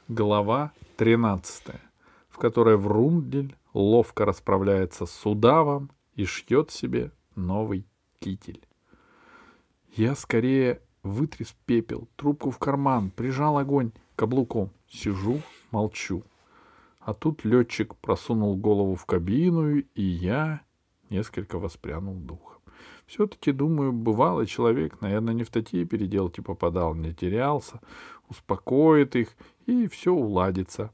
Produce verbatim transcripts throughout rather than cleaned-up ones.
Глава тринадцатая, в которой Врундель ловко расправляется с удавом и шьет себе новый китель. Я скорее вытряс пепел, трубку в карман, прижал огонь каблуком. Сижу, молчу. А тут летчик просунул голову в кабину, и я несколько воспрянул духом. Все-таки, думаю, бывалый человек, наверное, не в такие переделки попадал, не терялся, успокоит их, и все уладится.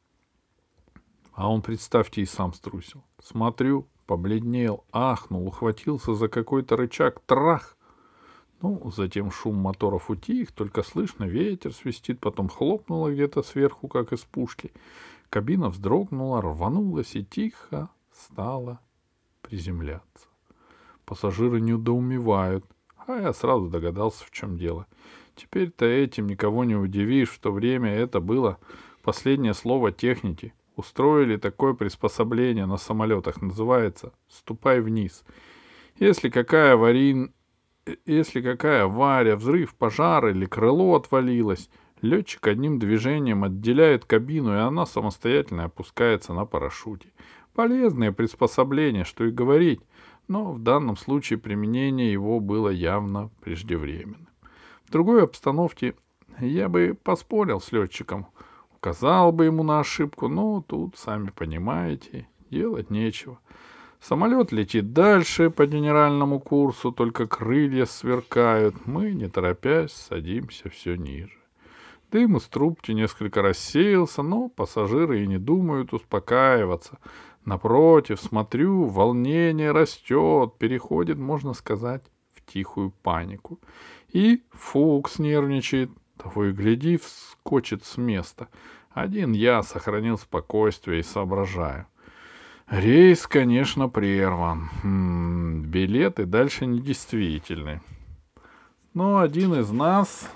А он, представьте, и сам струсил. Смотрю, побледнел, ахнул, ухватился за какой-то рычаг, трах! Ну, затем шум моторов утих, только слышно, ветер свистит, потом хлопнуло где-то сверху, как из пушки. Кабина вздрогнула, рванулась и тихо стала приземляться. Пассажиры недоумевают, а я сразу догадался, в чем дело. Теперь-то этим никого не удивишь, в то время это было последнее слово техники. Устроили такое приспособление на самолетах, называется «ступай вниз». Если какая аварий... Если какая авария, взрыв, пожар или крыло отвалилось, летчик одним движением отделяет кабину, и она самостоятельно опускается на парашюте. Полезное приспособление, что и говорить, но в данном случае применение его было явно преждевременным. В другой обстановке я бы поспорил с летчиком, указал бы ему на ошибку, но тут, сами понимаете, делать нечего. Самолет летит дальше по генеральному курсу, только крылья сверкают. Мы, не торопясь, садимся все ниже. Дым из трубки несколько рассеялся, но пассажиры и не думают успокаиваться. Напротив, смотрю, волнение растет, переходит, можно сказать, в тихую панику. И Фукс нервничает, того и гляди, вскочит с места. Один я сохранил спокойствие и соображаю. Рейс, конечно, прерван. М-м, билеты дальше недействительны. Но один из нас,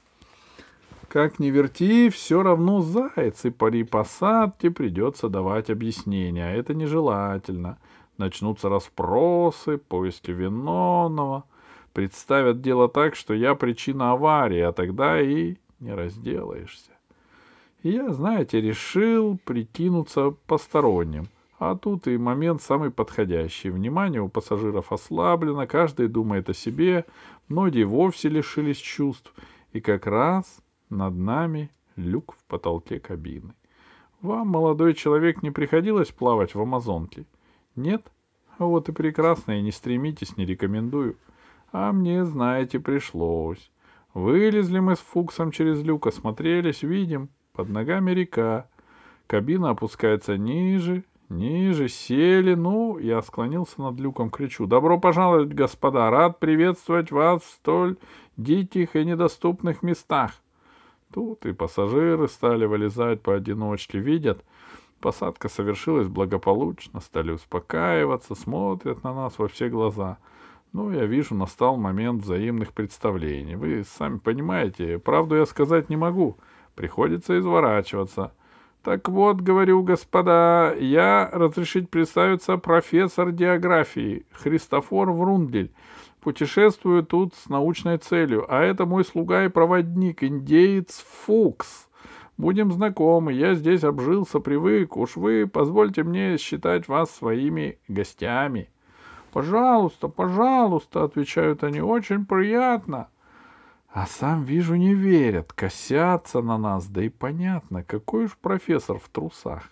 как ни верти, все равно заяц, и при посадке придется давать объяснения. А это нежелательно. Начнутся расспросы, поиски виновного. Представят дело так, что я причина аварии, а тогда и не разделаешься. И я, знаете, решил прикинуться посторонним. А тут и момент самый подходящий. Внимание у пассажиров ослаблено, каждый думает о себе, многие вовсе лишились чувств. И как раз над нами люк в потолке кабины. Вам, молодой человек, не приходилось плавать в Амазонке? Нет? А вот и прекрасно, и не стремитесь, не рекомендую. А мне, знаете, пришлось. Вылезли мы с Фуксом через люк, осмотрелись, видим, под ногами река. Кабина опускается ниже, ниже, сели, ну, я склонился над люком, кричу: «Добро пожаловать, господа! Рад приветствовать вас в столь диких и недоступных местах!» Тут и пассажиры стали вылезать поодиночке, видят, посадка совершилась благополучно, стали успокаиваться, смотрят на нас во все глаза. Ну, я вижу, настал момент взаимных представлений. Вы сами понимаете, правду я сказать не могу, приходится изворачиваться. Так вот, говорю, господа, я, разрешить представиться, профессор географии Христофор Врундель. Путешествую тут с научной целью, а это мой слуга и проводник, индеец Фукс. Будем знакомы, я здесь обжился, привык, уж вы позвольте мне считать вас своими гостями. Пожалуйста, пожалуйста, отвечают они, очень приятно. А сам, вижу, не верят, косятся на нас, да и понятно, какой уж профессор в трусах.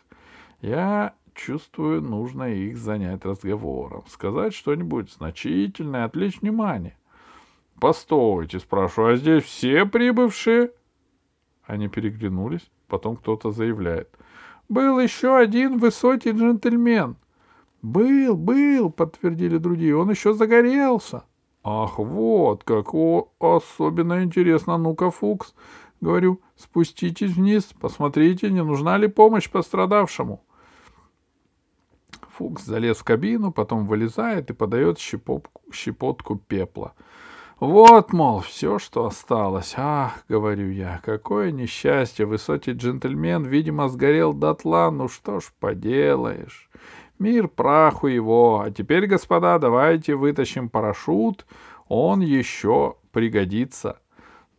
Я чувствую, нужно их занять разговором, сказать что-нибудь значительное, отвлечь внимание. Постойте, спрашиваю, а здесь все прибывшие? Они переглянулись, потом кто-то заявляет. Был еще один высокий джентльмен. Был, был, подтвердили другие, он еще загорелся. Ах, вот как, о, особенно интересно. Ну-ка, Фукс, говорю, спуститесь вниз, посмотрите, не нужна ли помощь пострадавшему. Фукс залез в кабину, потом вылезает и подает щепотку, щепотку пепла. Вот, мол, все, что осталось. Ах, говорю я, какое несчастье, высокий джентльмен, видимо, сгорел дотла, ну что ж поделаешь. Мир праху его. А теперь, господа, давайте вытащим парашют, он еще пригодится.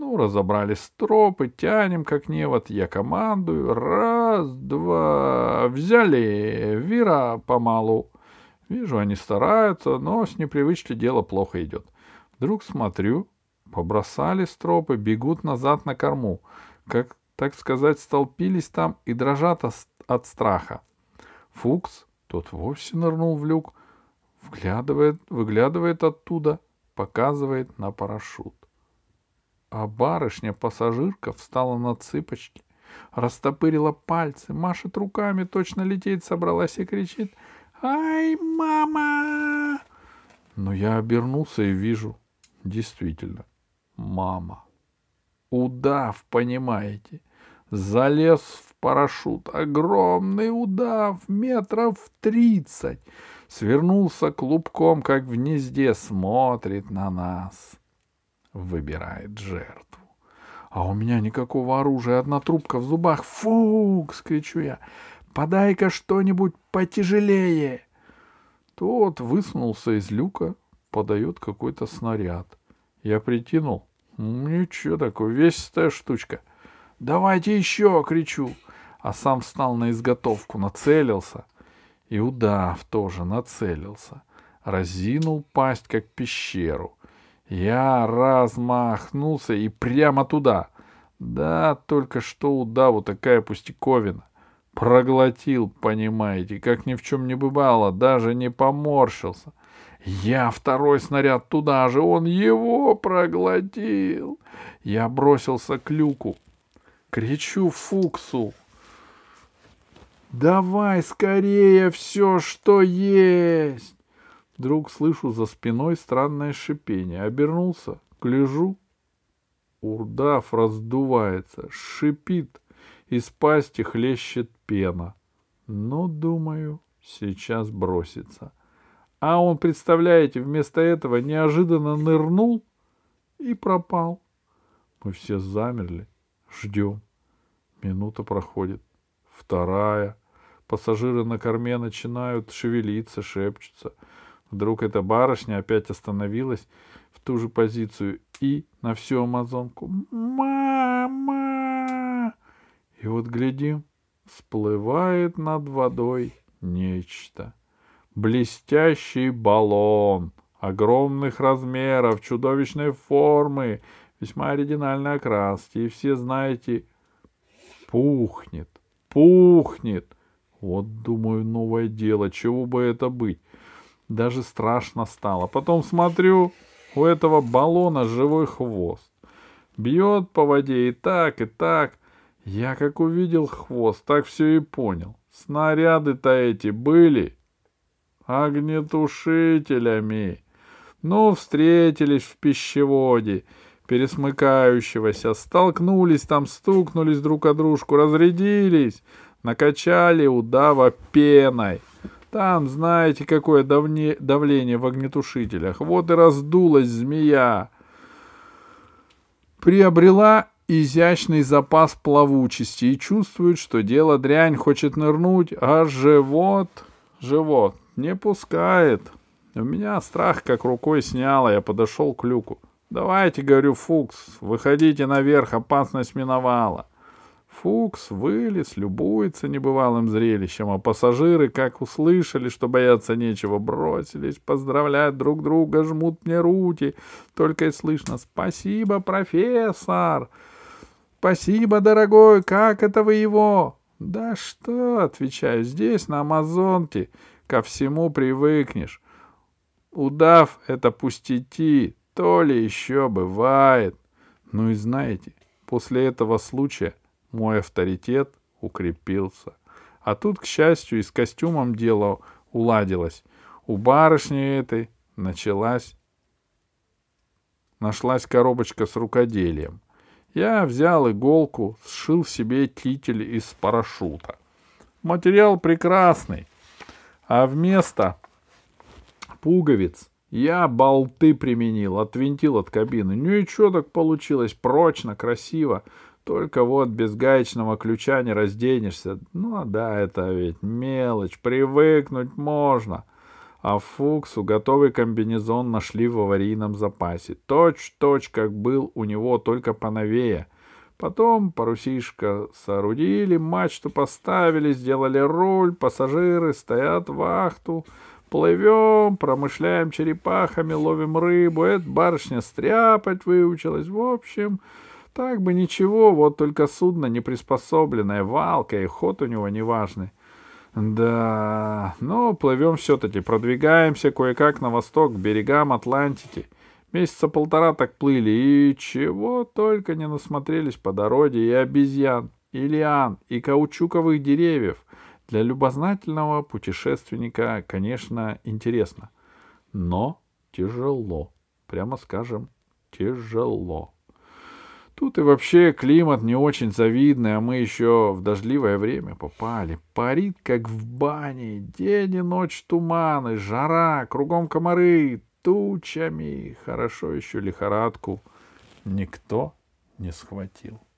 Ну, разобрали стропы, тянем как невод, я командую. Раз, два, взяли, вира помалу. Вижу, они стараются, но с непривычки дело плохо идет. Вдруг смотрю, побросали стропы, бегут назад на корму. Как, так сказать, столпились там и дрожат от страха. Фукс, тот вовсе нырнул в люк, вглядывает, выглядывает оттуда, показывает на парашют. А барышня-пассажирка встала на цыпочки, растопырила пальцы, машет руками, точно лететь собралась и кричит: «Ай, мама!» Но я обернулся и вижу, действительно, мама. Удав, понимаете, залез в парашют, огромный удав, метров тридцать, свернулся клубком, как в гнезде, смотрит на нас, выбирает жертву. А у меня никакого оружия, одна трубка в зубах. «Фукс!» — кричу я. «Подай-ка что-нибудь потяжелее!» Тот высунулся из люка, подает какой-то снаряд. Я прикинул. Ничего такое, весистая штучка. «Давайте еще!» — кричу. А сам встал на изготовку, нацелился. И удав тоже нацелился. Разинул пасть, как пещеру. Я размахнулся и прямо туда. Да, только что удаву такая пустяковина. Проглотил, понимаете, как ни в чем не бывало, даже не поморщился. Я второй снаряд туда же, он его проглотил. Я бросился к люку. Кричу Фуксу: «Давай скорее все, что есть!» Вдруг слышу за спиной странное шипение. Обернулся, гляжу. Удав раздувается, шипит, из пасти хлещет пена. Ну, думаю, сейчас бросится. А он, представляете, вместо этого неожиданно нырнул и пропал. Мы все замерли, ждем. Минута проходит, вторая. Пассажиры на корме начинают шевелиться, шепчутся. Вдруг эта барышня опять остановилась в ту же позицию и на всю амазонку: «Мама!» И вот глядим, всплывает над водой нечто. Блестящий баллон огромных размеров, чудовищной формы, весьма оригинальной окраски. И все, знаете, пухнет, пухнет. Вот, думаю, новое дело, чего бы это быть. Даже страшно стало. Потом смотрю, у этого баллона живой хвост. Бьет по воде и так, и так. Я как увидел хвост, так все и понял. Снаряды-то эти были огнетушителями. Ну, встретились в пищеводе пересмыкающегося, столкнулись там, стукнулись друг о дружку, разрядились, накачали удава пеной. Там, знаете, какое давне, давление в огнетушителях. Вот и раздулась змея. Приобрела изящный запас плавучести и чувствует, что дело дрянь, хочет нырнуть, а живот, живот не пускает. У меня страх как рукой сняло, я подошел к люку. «Давайте, — говорю, — Фукс, выходите наверх, опасность миновала». Фукс вылез, любуется небывалым зрелищем, а пассажиры, как услышали, что бояться нечего, бросились поздравлять друг друга, жмут мне руки. Только и слышно: «Спасибо, профессор! Спасибо, дорогой! Как это вы его?» «Да что, — отвечаю, — здесь, на Амазонке, ко всему привыкнешь. Удав — это пустяки, то ли еще бывает». Ну и знаете, после этого случая мой авторитет укрепился. А тут, к счастью, и с костюмом дело уладилось. У барышни этой началась, нашлась коробочка с рукоделием. Я взял иголку, сшил себе китель из парашюта. Материал прекрасный. А вместо пуговиц я болты применил, отвинтил от кабины. Ну и что так получилось? Прочно, красиво. Только вот без гаечного ключа не разденешься. Ну да, это ведь мелочь, привыкнуть можно. А Фуксу готовый комбинезон нашли в аварийном запасе. Точь-точь, как был у него, только поновее. Потом парусишко соорудили, мачту поставили, сделали руль, пассажиры стоят вахту. Плывем, промышляем черепахами, ловим рыбу. Эта барышня стряпать выучилась. В общем, так бы ничего, вот только судно не приспособленное, валка и ход у него неважный. Да, ну, плывем все-таки, продвигаемся кое-как на восток, к берегам Атлантики. Месяца полтора так плыли, и чего только не насмотрелись по дороге, и обезьян, и лиан, и каучуковых деревьев. Для любознательного путешественника, конечно, интересно, но тяжело, прямо скажем, тяжело. Тут и вообще климат не очень завидный, а мы еще в дождливое время попали. Парит, как в бане, день и ночь туманы, жара, кругом комары, тучами. Хорошо еще лихорадку никто не схватил.